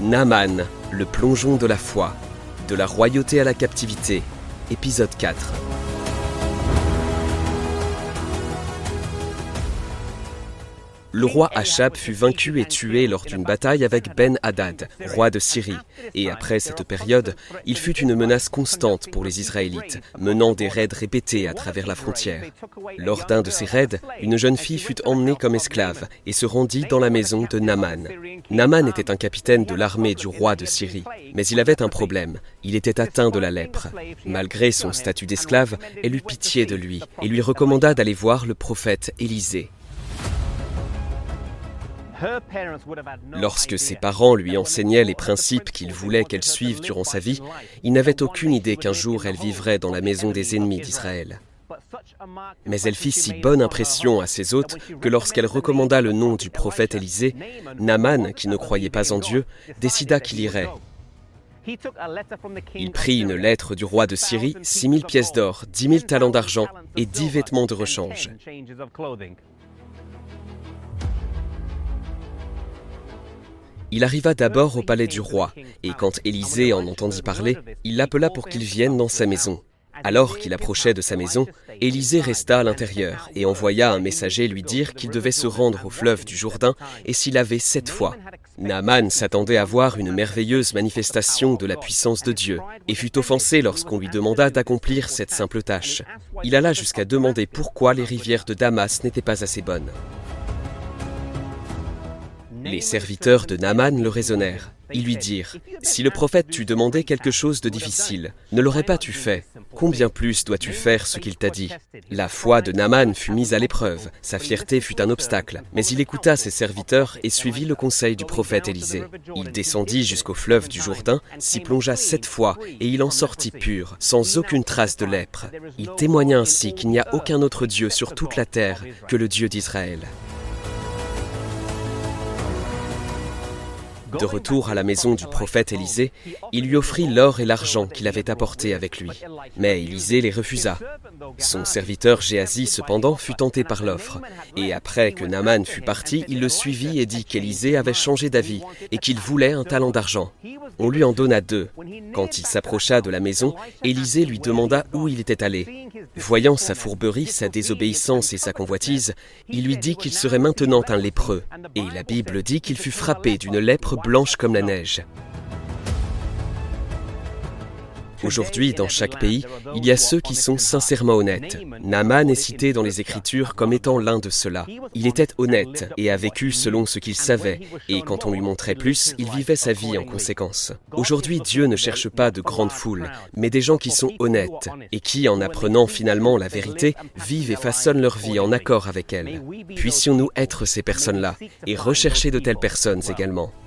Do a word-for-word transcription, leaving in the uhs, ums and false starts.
Naaman, le plongeon de la foi, de la royauté à la captivité, épisode quatre. Le roi Achab fut vaincu et tué lors d'une bataille avec Ben-Hadad, roi de Syrie. Et après cette période, il fut une menace constante pour les Israélites, menant des raids répétés à travers la frontière. Lors d'un de ces raids, une jeune fille fut emmenée comme esclave et se rendit dans la maison de Naaman. Naaman était un capitaine de l'armée du roi de Syrie, mais il avait un problème, il était atteint de la lèpre. Malgré son statut d'esclave, elle eut pitié de lui et lui recommanda d'aller voir le prophète Élisée. Lorsque ses parents lui enseignaient les principes qu'il voulait qu'elle suive durant sa vie, il n'avait aucune idée qu'un jour elle vivrait dans la maison des ennemis d'Israël. Mais elle fit si bonne impression à ses hôtes que lorsqu'elle recommanda le nom du prophète Élisée, Naaman, qui ne croyait pas en Dieu, décida qu'il irait. Il prit une lettre du roi de Syrie, six mille pièces d'or, dix mille talents d'argent et dix vêtements de rechange. Il arriva d'abord au palais du roi, et quand Élisée en entendit parler, il l'appela pour qu'il vienne dans sa maison. Alors qu'il approchait de sa maison, Élisée resta à l'intérieur et envoya un messager lui dire qu'il devait se rendre au fleuve du Jourdain et s'y laver sept fois. Naaman s'attendait à voir une merveilleuse manifestation de la puissance de Dieu et fut offensé lorsqu'on lui demanda d'accomplir cette simple tâche. Il alla jusqu'à demander pourquoi les rivières de Damas n'étaient pas assez bonnes. Les serviteurs de Naaman le raisonnèrent. Ils lui dirent « Si le prophète t'eût demandé quelque chose de difficile, ne l'aurais-tu pas fait? Combien plus dois-tu faire ce qu'il t'a dit ?» La foi de Naaman fut mise à l'épreuve, sa fierté fut un obstacle, mais il écouta ses serviteurs et suivit le conseil du prophète Élisée. Il descendit jusqu'au fleuve du Jourdain, s'y plongea sept fois et il en sortit pur, sans aucune trace de lèpre. Il témoigna ainsi qu'il n'y a aucun autre Dieu sur toute la terre que le Dieu d'Israël. De retour à la maison du prophète Élisée, il lui offrit l'or et l'argent qu'il avait apporté avec lui. Mais Élisée les refusa. Son serviteur Géasi, cependant, fut tenté par l'offre. Et après que Naaman fut parti, il le suivit et dit qu'Élisée avait changé d'avis et qu'il voulait un talent d'argent. On lui en donna deux. Quand il s'approcha de la maison, Élisée lui demanda où il était allé. Voyant sa fourberie, sa désobéissance et sa convoitise, il lui dit qu'il serait maintenant un lépreux. Et la Bible dit qu'il fut frappé d'une lèpre blanche comme la neige. Aujourd'hui, dans chaque pays, il y a ceux qui sont sincèrement honnêtes. Naaman est cité dans les Écritures comme étant l'un de ceux-là. Il était honnête et a vécu selon ce qu'il savait, et quand on lui montrait plus, il vivait sa vie en conséquence. Aujourd'hui, Dieu ne cherche pas de grandes foules, mais des gens qui sont honnêtes, et qui, en apprenant finalement la vérité, vivent et façonnent leur vie en accord avec elle. Puissions-nous être ces personnes-là, et rechercher de telles personnes également.